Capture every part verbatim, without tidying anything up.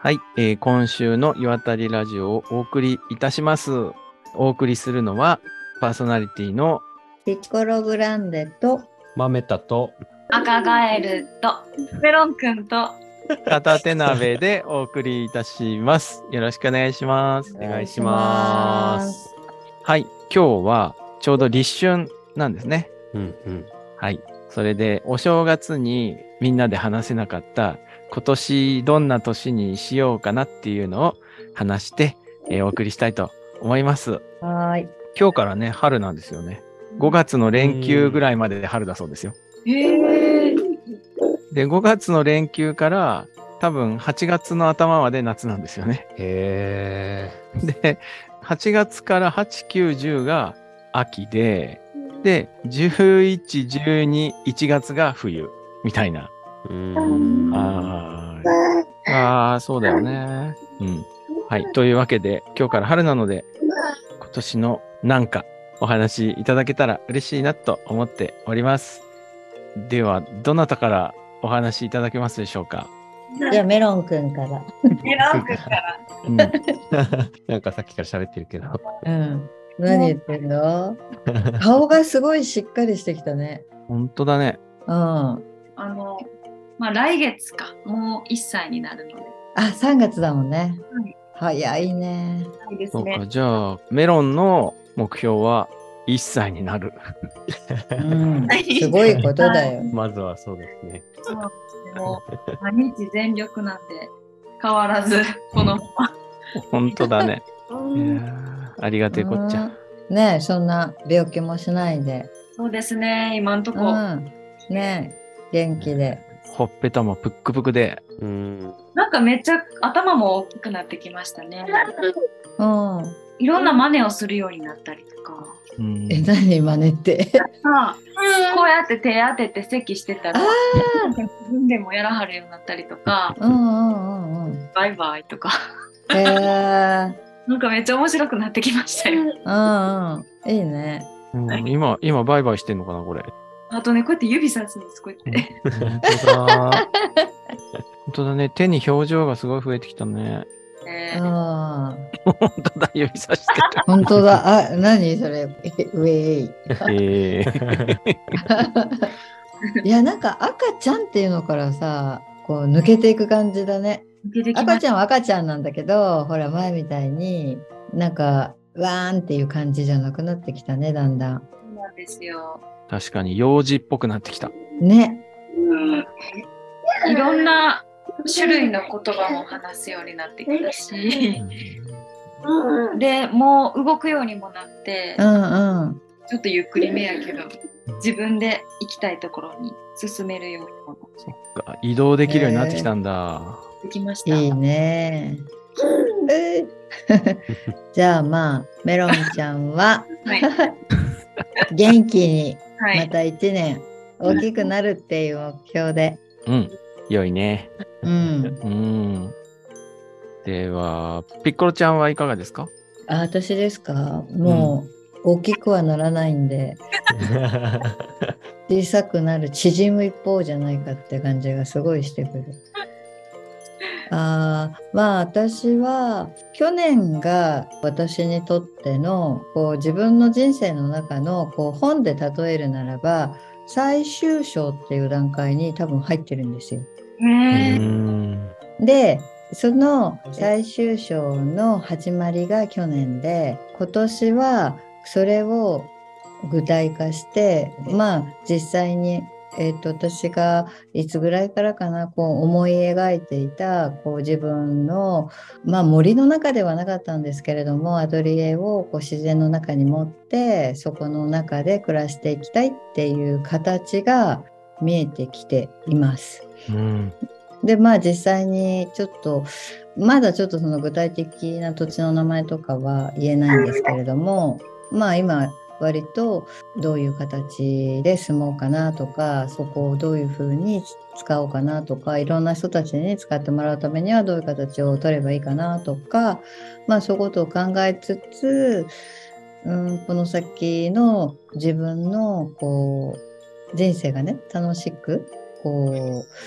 はい、えー今週の岩谷ラジオをお送りいたします。お送りするのはパーソナリティのピッコログランデとマメタと赤ガエルとメロンくんと片手鍋でお送りいたします。よろしくお願いします。 お願いします。 はい、今日はちょうど立春なんですね。 うんうんはい、それでお正月にみんなで話せなかった今年どんな年にしようかなっていうのを話して、えーお送りしたいと思います。 はーい。 今日からね、春なんですよね。ごがつの連休ぐらいまでで春だそうですよ。 へえで、ごがつの連休から多分はちがつの頭まで夏なんですよね。 へで、はちがつからはち、きゅう、じゅうが秋で、で、じゅういち、じゅうに、いちがつが冬みたいな。 ーうんあーあー、そうだよね。うん。はい。というわけで、今日から春なので、今年のなんかお話いただけたら嬉しいなと思っております。では、どなたからお話いただけますでしょうか。 じゃあメロンくんから。 メロンくんからうん、 なんかさっきから喋ってるけどうん。何言ってんの？顔がすごいしっかりしてきたね。 本当だね。 うん。あ、 あのまあ来月かもういっさいになるのでさんがつだもんね。 はい早いね。 いいですそうか、 ね。 じゃあ、メロンの目標はいっさいになる。 うん。すごいことだよ。 まずはそうですね。 そうなんですねもう毎日全力なんで変わらずこのまま本当だね。いやうんーありがてえこっちゃ。 うんねえ、そんな病気もしないで。 そうですね今んとうこ、 ん。ねえ、元気で。 ほっぺたもぷっくぷくで。 うんなんかめっちゃ頭も大きくなってきましたね。 うん。 いろんな真似をするようになったりとか、 うんえ、何真似って。 あこうやって手当てて咳してたらあ自分でもやらはるようになったりとかうんうんうんうん。 バイバイとかへえ。 なんかめっちゃ面白くなってきましたよ。 うんうん。いいね。 うん今、今、バイバイしてんのかな、これ。 あとねこうやって指さすんですこうやって。 本当だ。本当だね。手に表情がすごい増えてきたね。 えーああ。 本当だ、指さしてる。 本当だ。あ、何それ。えウェイ。 えー、 いや、なんか赤ちゃんっていうのからさ、こう抜けていく感じだね。 出てきまし赤ちゃんは赤ちゃんなんだけど、ほら前みたいになんかわーんっていう感じじゃなくなってきたね、だんだん。 そうなんですよ。 確かに幼児っぽくなってきた。 ね。 いろんな種類の言葉も話すようになってきたし、でもう動くようにもなってう、んうん。 ちょっとゆっくりめやけど自分で行きたいところに進めるようにもそっか、移動できるようになってきたんだ。 なってきました。 いいね。えーじゃあまあ、メロンちゃんははい元気にはい。 またいちねん大きくなるっていう目標で。 うん。良いね。 うん。 うん。では、ピッコロちゃんはいかがですか？ あ、私ですか？もう大きくはならないんで、小さくなる、縮む一方じゃないかって感じがすごいしてくる。あーまあ私は去年が私にとってのこう自分の人生の中のこう本で例えるならば最終章っていう段階に多分入ってるんですよ。 うねん。 でその最終章の始まりが去年で、今年はそれを具体化してまあ実際にえー、と私がいつぐらいからかなこう思い描いていたこう自分の、まあ、森の中ではなかったんですけれどもアトリエをこう自然の中に持ってそこの中で暮らしていきたいっていう形が見えてきています。 うん。 でまあ実際にちょっとまだちょっとその具体的な土地の名前とかは言えないんですけれども、まあ今割とどういう形で住もうかなとかそこをどういうふうに使おうかなとかいろんな人たちに使ってもらうためにはどういう形を取ればいいかなとか、まあそういうことを考えつつ、うん、この先の自分のこう人生がね楽しくこ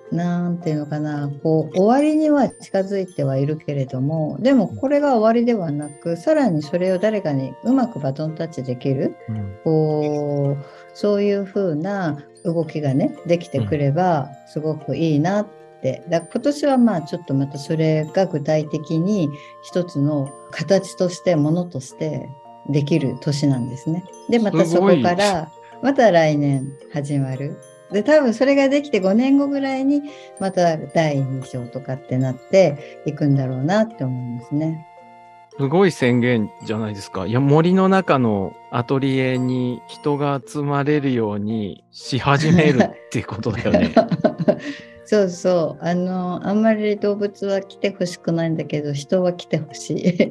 なんていうのかな、こう終わりには近づいてはいるけれども、でもこれが終わりではなく、さらにそれを誰かにうまくバトンタッチできる、 うん、 こうそういう風な動きがねできてくればすごくいいなって、だから今年はまあちょっとまたそれが具体的に一つの形としてものとしてできる年なんですね。でまたそこからまた来年始まる。で多分それができてごねんごぐらいにまただいに章とかってなっていくんだろうなって思いますね。 すごい宣言じゃないですか。いや、森の中のアトリエに人が集まれるようにし始めるっていうことだよね。 そうそう。あの、あんまり動物は来てほしくないんだけど、人は来てほしい。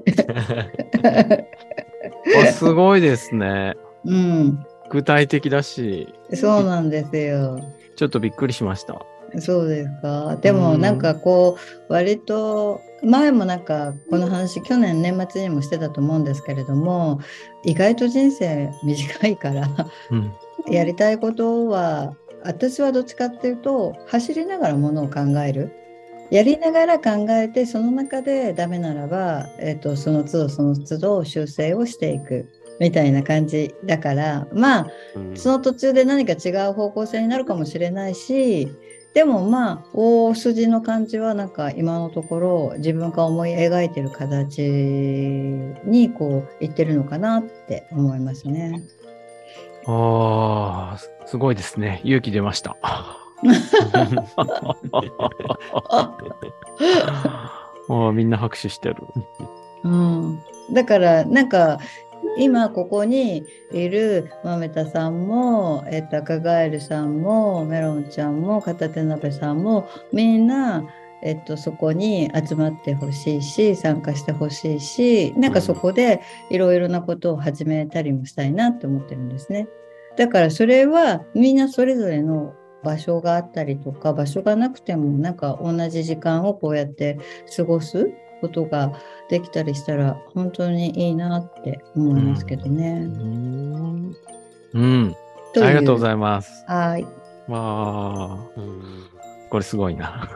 あ、すごいですね。 うん。 具体的だし。 そうなんですよ。 ちょっとびっくりしました。 そうですか。でもなんかこう割と前もなんかこの話去年年末にもしてたと思うんですけれども、意外と人生短いから、うん、やりたいことは私はどっちかっていうと走りながらものを考える、やりながら考えてその中でダメならば、えーと、その都度その都度修正をしていくみたいな感じだから、まあ、うん、その途中で何か違う方向性になるかもしれないし、でもまあ大筋の感じはなんか今のところ自分が思い描いてる形にこういってるのかなって思いますね。 ああ、すごいですね。勇気出ました。もうみんな拍手してる。 うん、だからなんか今ここにいる豆田さんも、えっと、赤ガエルさんもメロンちゃんも片手鍋さんもみんな、えっと、そこに集まってほしいし参加してほしいし、なんかそこでいろいろなことを始めたりもしたいなって思ってるんですね。だからそれはみんなそれぞれの場所があったりとか、場所がなくてもなんか同じ時間をこうやって過ごすことができたりしたら本当にいいなって思いますけどね。 うん、うん、ありがとうございます。 はい。 わあ、うん、これすごいな。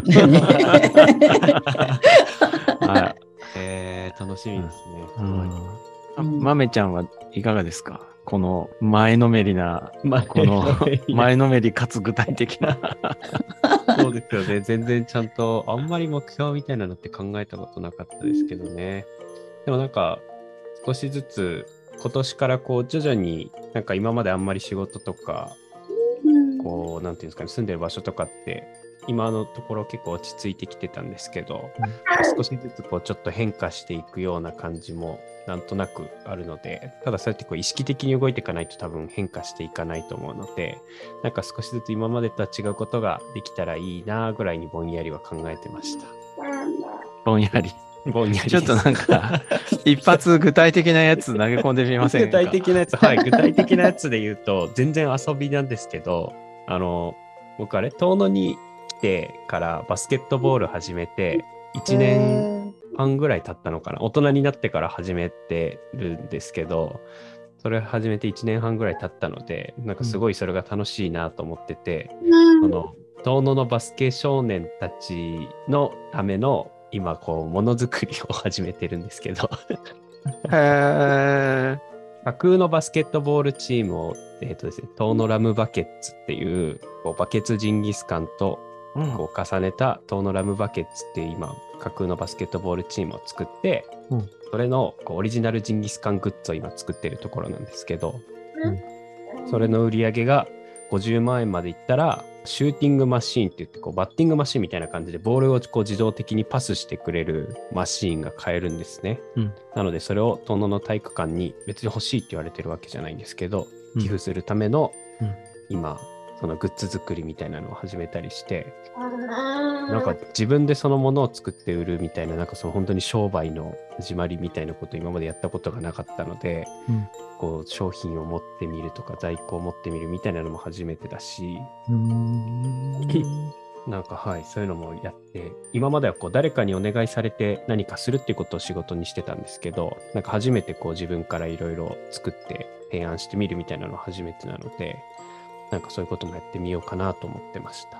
はい、えー、楽しみですね。 うん、まめちゃんはいかがですか？この前のめりな、この前のめりかつ具体的な。 そうですよね。全然ちゃんとあんまり目標みたいなのって考えたことなかったですけどね。でもなんか少しずつ今年からこう徐々になんか今まであんまり仕事とかこうなんていうんですかね、住んでる場所とかって今のところ結構落ち着いてきてたんですけど、うん、少しずつこうちょっと変化していくような感じもなんとなくあるので、ただそうやってこう意識的に動いていかないと多分変化していかないと思うので、なんか少しずつ今までとは違うことができたらいいなぐらいにぼんやりは考えてました。 ぼんやりぼんやりちょっとなんか一発具体的なやつ投げ込んでみませんか？ 具体的なやつ、はい、具体的なやつで言うと全然遊びなんですけど、あの僕あれ遠野に来てからバスケットボール始めていちねんはんぐらい経ったのかな、大人になってから始めてるんですけど、それ始めていちねんはんぐらい経ったので、なんかすごいそれが楽しいなと思ってて、うん、その遠野のバスケ少年たちのための今こうものづくりを始めてるんですけどへー、 架空のバスケットボールチームを、えーとですね、遠野ラムバケッツっていう、こうバケツジンギスカンとこう重ねた遠野ラムバケッツっていう今架空のバスケットボールチームを作って、うん、それのこうオリジナルジンギスカングッズを今作ってるところなんですけど、うん、それの売り上げがごじゅうまんえんまでいったらシューティングマシーンって言ってこうバッティングマシーンみたいな感じでボールをこう自動的にパスしてくれるマシーンが買えるんですね、うん、なのでそれを遠野の体育館に別に欲しいって言われてるわけじゃないんですけど、うん、寄付するための、うん、今そのグッズ作りみたいなのを始めたりして、なんか自分でそのものを作って売るみたいな、なんかその本当に商売の始まりみたいなことを今までやったことがなかったので、うん、こう商品を持ってみるとか在庫を持ってみるみたいなのも初めてだし、うーんなんかはいそういうのもやって、今まではこう誰かにお願いされて何かするっていうことを仕事にしてたんですけど、なんか初めてこう自分からいろいろ作って提案してみるみたいなのは初めてなので、なんかそういうこともやってみようかなと思ってました。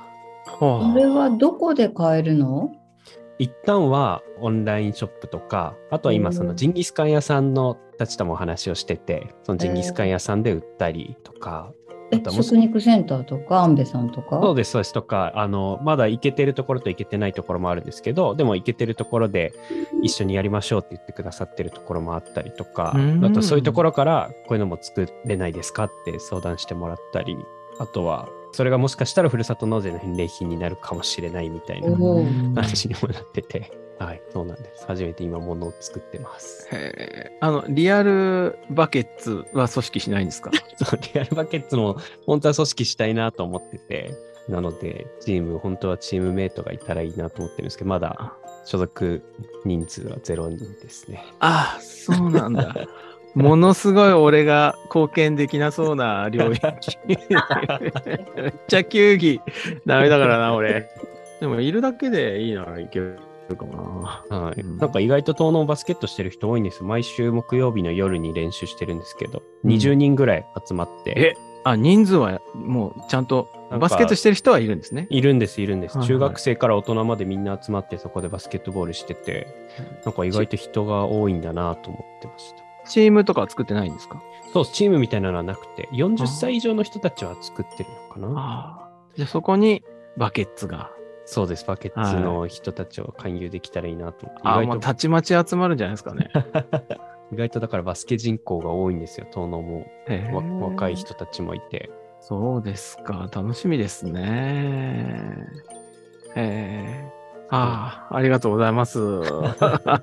これはどこで買えるの？ 一旦はオンラインショップとか、あとは今そのジンギスカン屋さんのたちともお話をしてて、そのジンギスカン屋さんで売ったりとか、 え、食肉センターとか、安部さんとか？ そうです、そうですとか、あの、まだ行けてるところと行けてないところもあるんですけど、でも行けてるところで一緒にやりましょうって言ってくださってるところもあったりとか、あとそういうところからこういうのも作れないですかって相談してもらったり、あとは、それがもしかしたらふるさと納税の返礼品になるかもしれないみたいな話にもなってて、はい、そうなんです。初めて今物を作ってます。 へー。あの、リアルバケッツは組織しないんですか？ そう、リアルバケッツも本当は組織したいなと思ってて、なので、チーム、本当はチームメイトがいたらいいなと思ってるんですけど、まだ所属人数はゼロにんですね。 ああ、そうなんだ。ものすごい俺が貢献できなそうな領域。めっちゃ球技ダメだからな、俺。でもいるだけでいいならいけるかもな。 はい。うん、なんか意外と東農バスケットしてる人多いんです。毎週木曜日の夜に練習してるんですけど、うん、にじゅうにんぐらい集まって。 え、あ、人数はもうちゃんとバスケットしてる人はいるんですね。 いるんです、いるんです。はいはい、中学生から大人までみんな集まってそこでバスケットボールしてて、なんか意外と人が多いんだなと思ってました。 チームとかは作ってないんですか？ そう、チームみたいなのはなくて、よんじゅっさい以上の人たちは作ってるのかな。 ああ。じゃあそこにバケッツが。 そうです、バケッツの人たちを勧誘できたらいいなと思って。 ああ、もうたちまち集まるんじゃないですかね。 意外とだからバスケ人口が多いんですよ、東農も。若い人たちもいて。 そうですか、楽しみですね。へえ。ああ、ありがとうございます。はい。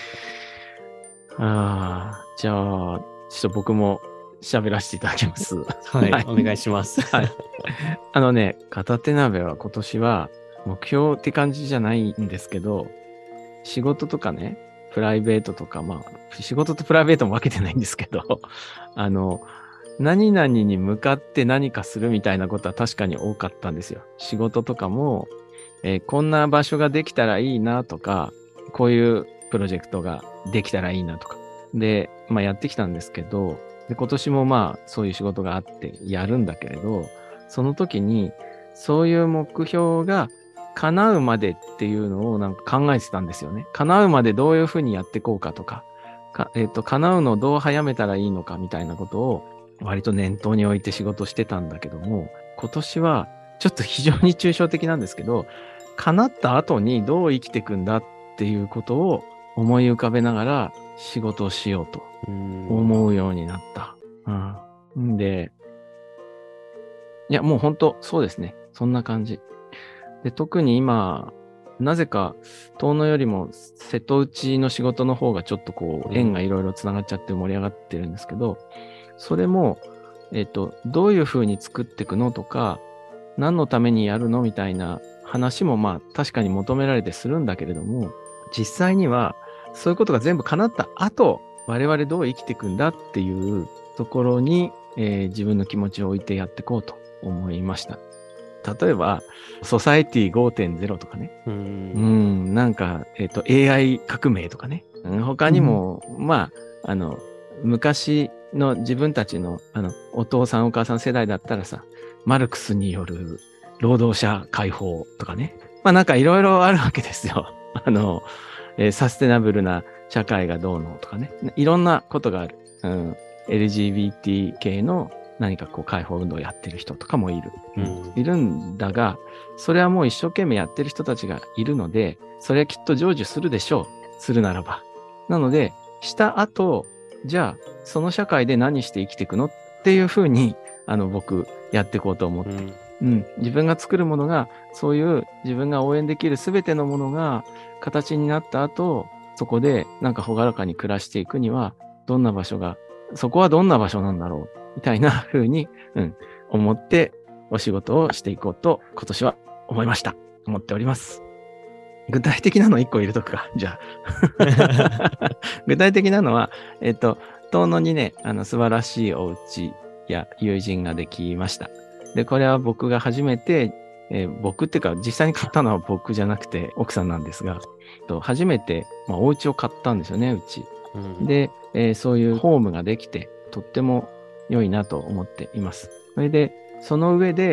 ああ、じゃあ、ちょっと僕も喋らせていただきます。 はい、はい、お願いします。 はい。あのね、片手鍋は今年は目標って感じじゃないんですけど、仕事とかね、プライベートとか、まあ、仕事とプライベートも分けてないんですけど、あの、何々に向かって何かするみたいなことは確かに多かったんですよ。仕事とかも、えー、こんな場所ができたらいいなとか、こういうプロジェクトができたらいいなとか。で、まあやってきたんですけど、で今年もまあそういう仕事があってやるんだけれど、その時にそういう目標が叶うまでっていうのをなんか考えてたんですよね。叶うまでどういうふうにやっていこうかとか、かえっと、叶うのをどう早めたらいいのかみたいなことを割と念頭に置いて仕事してたんだけども、今年はちょっと非常に抽象的なんですけど、叶った後にどう生きていくんだっていうことを思い浮かべながら仕事をしようと思うようになった。うん。んで、いやもう本当そうですね。そんな感じ。で、特に今、なぜか遠野よりも瀬戸内の仕事の方がちょっとこう縁がいろいろつながっちゃって盛り上がってるんですけど、それも、えっと、どういうふうに作っていくのとか、何のためにやるのみたいな話もまあ確かに求められてするんだけれども、実際にはそういうことが全部叶った後、我々どう生きていくんだっていうところに、えー、自分の気持ちを置いてやっていこうと思いました。例えば、ソサエティ ごてんゼロ とかね。うん、うん、なんか、えっと、エーアイ 革命とかね。うん、他にも、うん、まあ、あの、昔の自分たちの、あの、お父さんお母さん世代だったらさ、マルクスによる労働者解放とかね。まあなんかいろいろあるわけですよ。あの、えー、サステナブルな社会がどうのとかね。いろんなことがある。うん、エルジービーティー 系の何かこう解放運動をやってる人とかもいる、うん。いるんだが、それはもう一生懸命やってる人たちがいるので、それはきっと成就するでしょう。するならば。なので、した後、じゃあ、その社会で何して生きていくのっていうふうに、あの、僕、やっていこうと思って、うんうん。自分が作るものが、そういう自分が応援できるすべてのものが形になった後、そこでなんか朗らかに暮らしていくには、どんな場所が、そこはどんな場所なんだろう、みたいな風に、うん、思ってお仕事をしていこうと、今年は思いました。思っております。具体的なのいっこ入れとくか、じゃあ。具体的なのは、えっと、遠野にね、あの、素晴らしいお家や友人ができました。で、これは僕が初めて、えー、僕っていうか、実際に買ったのは僕じゃなくて、奥さんなんですが、と初めて、まあ、お家を買ったんですよね、うち。うん、で、えー、そういうホームができて、とっても良いなと思っています。それで、その上で、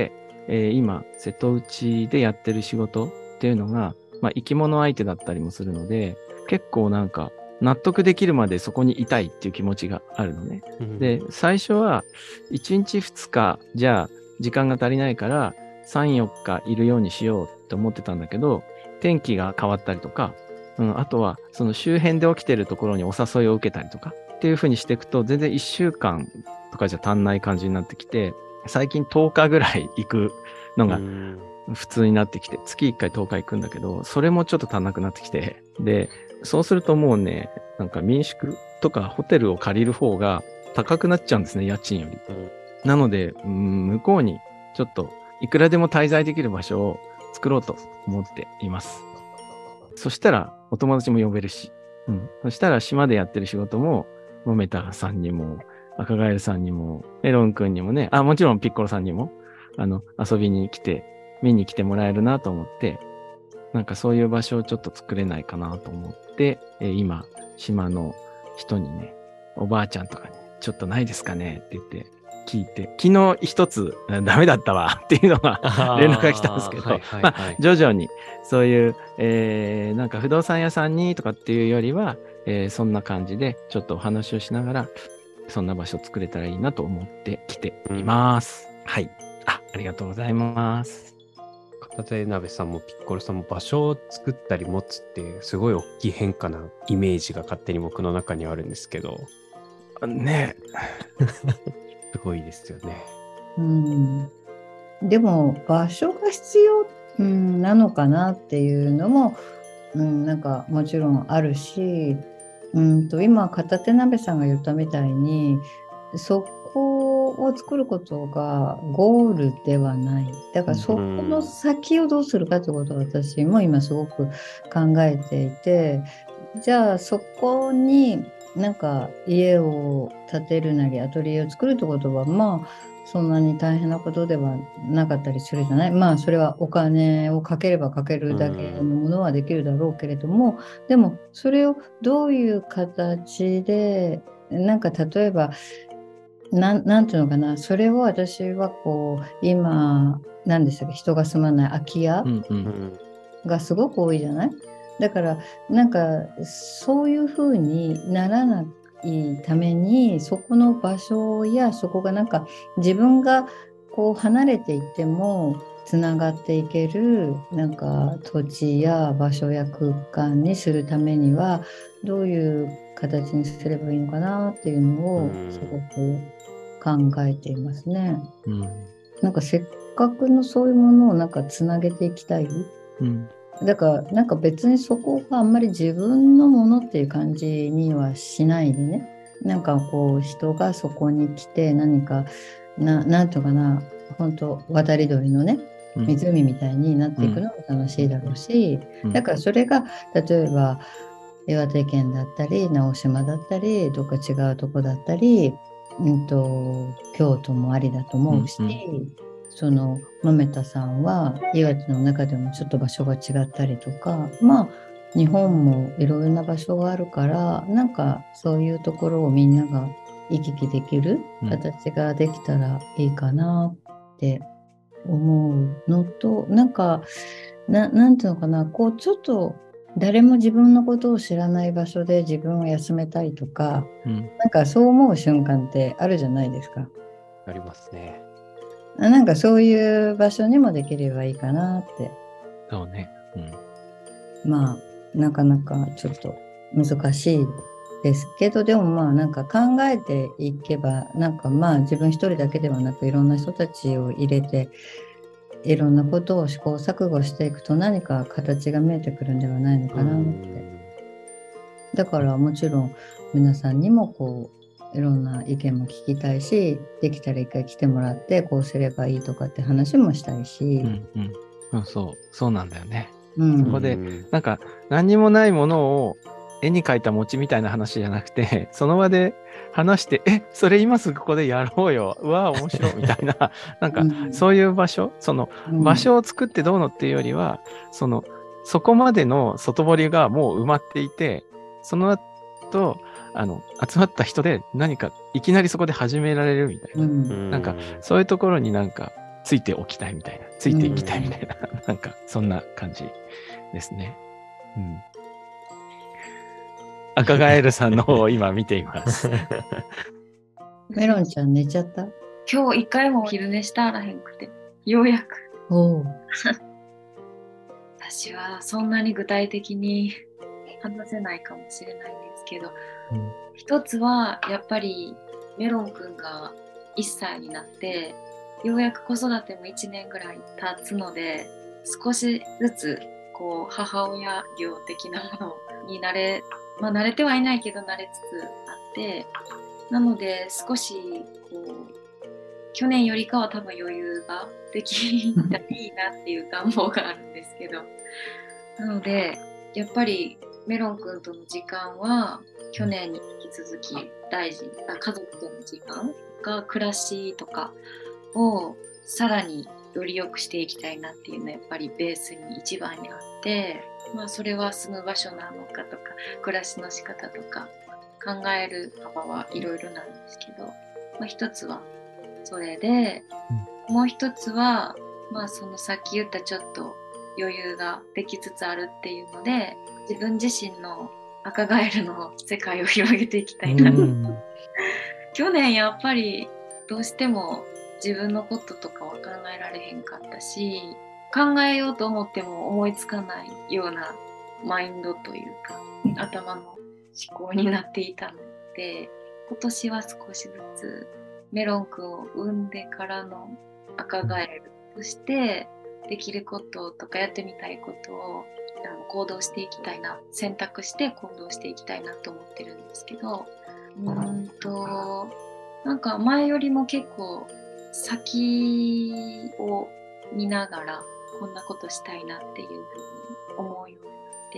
えー今、瀬戸内でやってる仕事っていうのが、まあ、生き物相手だったりもするので、結構なんか、納得できるまでそこにいたいっていう気持ちがあるのね。で、最初はいちにちふつか、じゃあ時間が足りないからさん、よっかいるようにしようって思ってたんだけど、天気が変わったりとか、うん、あとはその周辺で起きてるところにお誘いを受けたりとかっていう風にしていくと、全然いっしゅうかんとかじゃ足んない感じになってきて、最近とおかぐらい行くのが普通になってきて、月いっかいとおか行くんだけど、それもちょっと足んなくなってきて、で、そうするともうね、なんか民宿とかホテルを借りる方が高くなっちゃうんですね、家賃より。なので、うん、向こうにちょっといくらでも滞在できる場所を作ろうと思っています。そしたらお友達も呼べるし、うん、そしたら島でやってる仕事も、もめたさんにも、赤ガエルさんにも、メロンくんにもね、あ、もちろんピッコロさんにも、あの、遊びに来て、見に来てもらえるなと思って、なんかそういう場所をちょっと作れないかなと思って、えー今、島の人にね、おばあちゃんとかに、ちょっとないですかねって言って聞いて、昨日一つダメだったわっていうのが連絡が来たんですけど、 はいはいはい、 まあ、徐々にそういう、えーなんか不動産屋さんにとかっていうよりは、えーそんな感じでちょっとお話をしながら、そんな場所を作れたらいいなと思ってきています。うん、はい。あ、ありがとうございます。 片手鍋さんもピッコロさんも場所を作ったり持つってすごい大きい変化なイメージが勝手に僕の中にあるんですけど。 ねえ。すごいですよね。 うん。でも場所が必要、うん、なのかなっていうのも、うん、なんかもちろんあるし、うんと今片手鍋さんが言ったみたいに、そこを作ることがゴールではない。だからそこの先をどうするかということを私も今すごく考えていて、じゃあそこになんか家を建てるなりアトリエを作るってことはまあそんなに大変なことではなかったりするじゃない。まあそれはお金をかければかけるだけのものはできるだろうけれども、でもそれをどういう形でなんか例えばな ん, なんていうのかな、それを私はこう今何でしたっけ、人が住まない空き家がすごく多いじゃない。だからなんかそういうふうにならないために、そこの場所やそこがなんか自分がこう離れていってもつながっていけるなんか土地や場所や空間にするためにはどういう形にすればいいのかなっていうのをすごく考えていますね。うん、なんかせっかくのそういうものをなんかつなげていきたい。うん、だからなんか別にそこがあんまり自分のものっていう感じにはしないでね、なんかこう人がそこに来て何かな、なんとかな、本当渡り鳥のね湖みたいになっていくのも楽しいだろうし、うん、だからそれが例えば岩手県だったり直島だったりどっか違うとこだったり、うんと京都もありだと思うし、うんうん、その豆田さんは岩手の中でもちょっと場所が違ったりとか、まあ日本もいろいろな場所があるから、なんかそういうところをみんなが行き来できる形ができたらいいかなって思うのと、なんか な, なんていうのかな、こうちょっと誰も自分のことを知らない場所で自分を休めたいとか、うん、なんかそう思う瞬間ってあるじゃないですか。 ありますね。 なんかそういう場所にもできればいいかなって。 そうね。 うん、まあなかなかちょっと難しいですけど、でもまあなんか考えていけば、なんかまあ自分一人だけではなくいろんな人たちを入れていろんなことを試行錯誤していくと何か形が見えてくるんではないのかなって。だからもちろん皆さんにもこういろんな意見も聞きたいし、できたら一回来てもらってこうすればいいとかって話もしたいし、うんうん、そうそうなんだよね。うん、そこでなんか何にもないものを絵に描いた餅みたいな話じゃなくて、その場で話して、え、それ今すぐここでやろうよ。うわ、面白いみたいな、なんかそういう場所、その場所を作ってどうのっていうよりは、その、そこまでの外堀がもう埋まっていて、その後、あの、集まった人で何かいきなりそこで始められるみたいな。うん、なんかそういうところになんかついておきたいみたいな、ついていきたいみたいな、うん、なんかそんな感じですね。うん、赤ガエルさんの方を今見ています。 メロンちゃん寝ちゃった？ 今日一回も昼寝したらへんくて、ようやく。 お私はそんなに具体的に話せないかもしれないんですけど、うん、一つはやっぱりメロンくんがいっさいになってようやく子育てもいちねんぐらい経つので、少しずつこう母親業的なものに慣れ、まあ慣れてはいないけど慣れつつあって、なので少しこう去年よりかは多分余裕ができたらいいなっていう願望があるんですけど、なのでやっぱりメロンくんとの時間は去年に引き続き大事な家族との時間が暮らしとかをさらにより良くしていきたいなっていうのはやっぱりベースに一番にあって、まあそれは住む場所なのかとか暮らしの仕方とか考える幅はいろいろなんですけど、まあ、一つはそれで、うん、もう一つは、まあ、そのさっき言ったちょっと余裕ができつつあるっていうので、自分自身の赤ガエルの世界を広げていきたいな、うん、去年やっぱりどうしても自分のこととかは考えられへんかったし、考えようと思っても思いつかないようなマインドというか頭の思考になっていたので、今年は少しずつメロン君を産んでからの赤ガエルとしてできることとかやってみたいことをあの行動していきたいな、選択して行動していきたいなと思ってるんですけど、うーんとなんか前よりも結構先を見ながらこんなことしたいなっていうふうに思うようになって、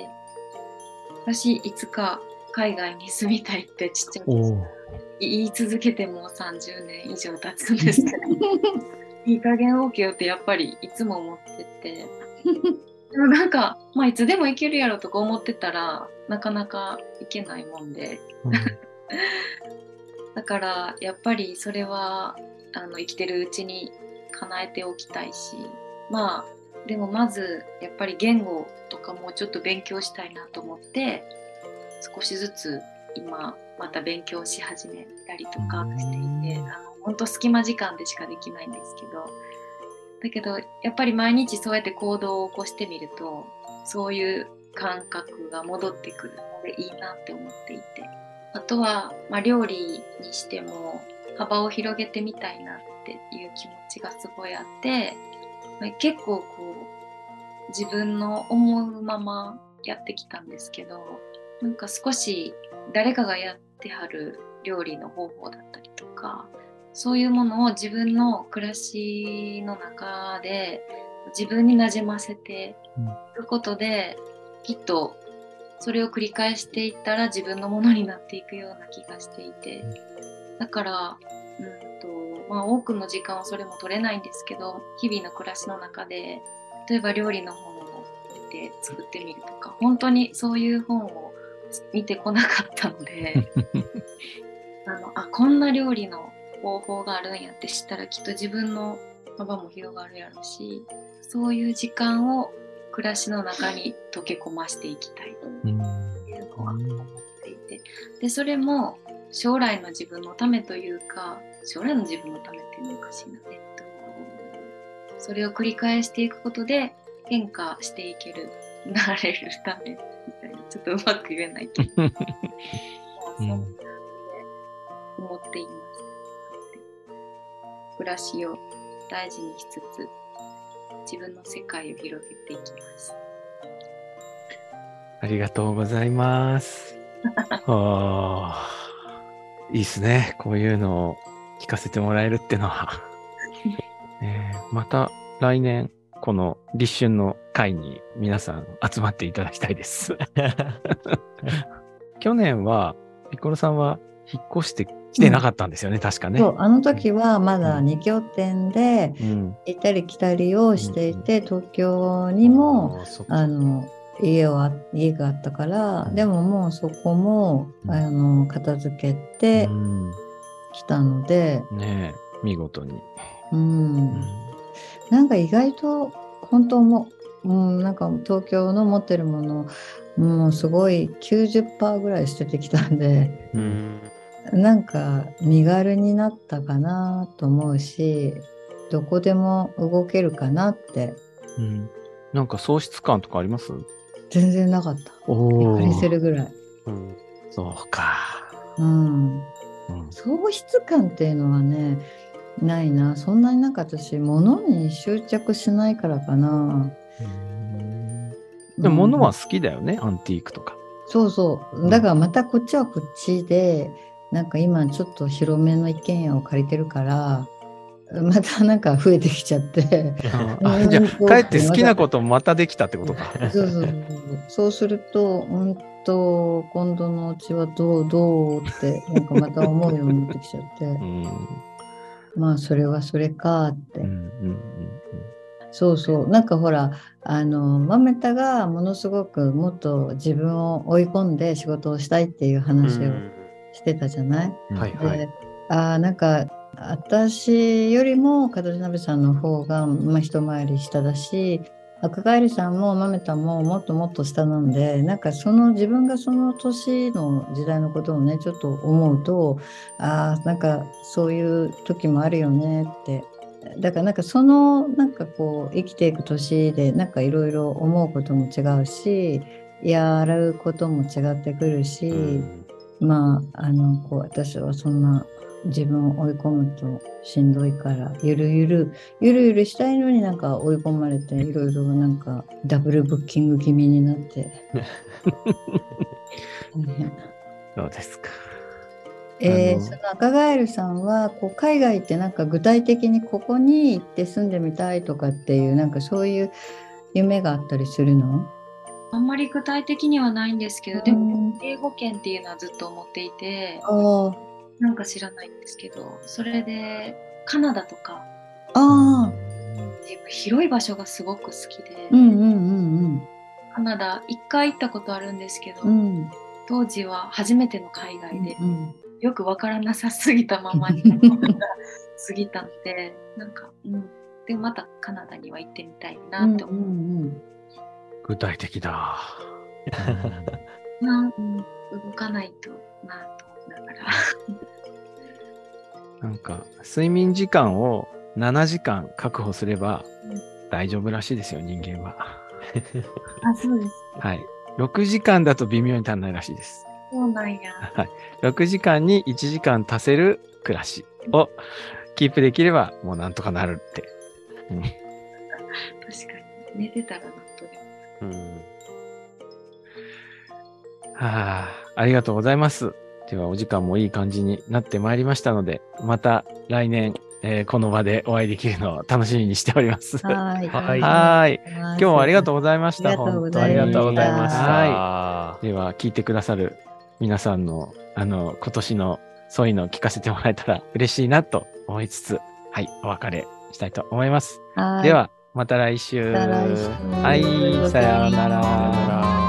私いつか海外に住みたいってちっちゃい時言い続けてもうさんじゅうねん以上経つんですけどいい加減 OK ってやっぱりいつも思っててでもなんか、まあ、いつでも行けるやろとか思ってたらなかなか行けないもんで、うん、だからやっぱりそれはあの生きてるうちに叶えておきたいし、まあでもまずやっぱり言語とかもちょっと勉強したいなと思って少しずつ今また勉強し始めたりとかしていて、あの本当隙間時間でしかできないんですけど、だけどやっぱり毎日そうやって行動を起こしてみるとそういう感覚が戻ってくるのでいいなって思っていて、あとは、まあ、料理にしても幅を広げてみたいなっていう気持ちがすごいあって、まあ、結構こう自分の思うままやってきたんですけど、なんか少し誰かがやってはる料理の方法だったりとかそういうものを自分の暮らしの中で自分になじませていくことで、うん、きっとそれを繰り返していったら自分のものになっていくような気がしていて、だから、うんとまあ、多くの時間はそれも取れないんですけど、日々の暮らしの中で例えば料理の本を見て作ってみるとか、本当にそういう本を見てこなかったのであのあこんな料理の方法があるんやって知ったらきっと自分の幅も広がるやろし、そういう時間を暮らしの中に溶け込ましていきたいというのは思っていて、でそれも将来の自分のためというか、将来の自分のためっていうのおかしいな、えっとそれを繰り返していくことで変化していける、なれるためみたいな、ちょっとうまく言えないけどそんな感じで思っています。暮らしを大事にしつつ自分の世界を広げていきます。 ありがとうございます。あいいですね、こういうのを聞かせてもらえるってのは、えー、また来年この立春の会に皆さん集まっていただきたいです去年はピコロさんは引っ越して来てなかったんですよね、うん、確かね。 そう、あの時はまだに拠点で行ったり来たりをしていて、うん、東京にも、うん、あの家は家があったから、うん、でももうそこも、うん、あの片付けてきたので、 うん、ねえ見事に、 うんうん、 なんか意外と本当もう、うん、なんか東京の持ってるものもうすごい きゅうじゅっパーセント ぐらい捨ててきたんで、 うん。 なんか身軽になったかなと思うし、どこでも動けるかなって。 うん。なんか喪失感とかあります？ 全然なかった。 おびっくりすー。 るぐらい。 うん。 そうか。 うん。 うん。 喪失感っていうのはね、ないな。そんなになんか私、物に執着しないからかな。 でも物はうん好きだよね、アンティークとか。 そうそう。だからまたこっちはこっちで、なんか今ちょっと広めの一軒家を借りてるから、またなんか増えてきちゃって。 あ、じゃあ、かえって好きなことまたできたってことか。 そうそうそう。そうすると、うんと、今度のうちはどう、どうって、なんかまた思うようになってきちゃって。 うん。 まあ、それはそれかって。 うんうんうんそうそう。なんかほら、あの、マメタがものすごくもっと自分を追い込んで仕事をしたいっていう話をしてたじゃない、 うんはいはい。 で、あーなんか、私よりも門田鍋さんの方が、まあ、一回り下だし、赤帰さんもマメタももっともっと下なんで、なんかその自分がその年の時代のことをね、ちょっと思うと、ああ、なんかそういう時もあるよねって。だからなんかそのなんかこう生きていく年でなんかいろいろ思うことも違うし、やることも違ってくるし、 うんまああのこう私はそんな自分を追い込むとしんどいからゆるゆるゆるゆるしたいのになんか追い込まれていろいろなんかダブルブッキング気味になって大変。 そうですか。 えー、 あのその赤ガエルさんはこう海外ってなんか具体的にここに行って住んでみたいとかっていうなんかそういう夢があったりするの？ あんまり具体的にはないんですけど、でも英語圏っていうのはずっと思っていて、 あなんか知らないんですけど、それでカナダとかあ、ああ、 っていう広い場所がすごく好きで、 うんうんうんカナダ一回行ったことあるんですけど、 うんうん当時は初めての海外で、 うんよくわからなさすぎたままに過ぎたので、なんか、うん。でもまたカナダには行ってみたいなって思う。 うんうんうん具体的だ。 まあ、うん、動かないとなと思いながら。 なんか、睡眠時間をななじかん確保すれば大丈夫らしいですよ、人間は。 あ、そうです。 はい。ろくじかんだと微妙に足んないらしいです。 そうなんや。 はい。ろくじかんにいちじかん足せる暮らしをキープできればもうなんとかなるって。うん、 確かに。寝てたらなんとでも。 うん。 はあ、ありがとうございます。ではお時間もいい感じになってまいりましたので、また来年、えーこの場でお会いできるのを楽しみにしております。 はーい。 はいはーい。 今今日はありがとうございました。 ありがとうご本当にざいましたありがとうございました。 はでは、聞いてくださる皆さんの、あの、今年のそういうのを聞かせてもらえたら嬉しいなと思いつつ、はい、お別れしたいと思います。 はいでは、また来週。 また来週はい、さようなら。 さようなら。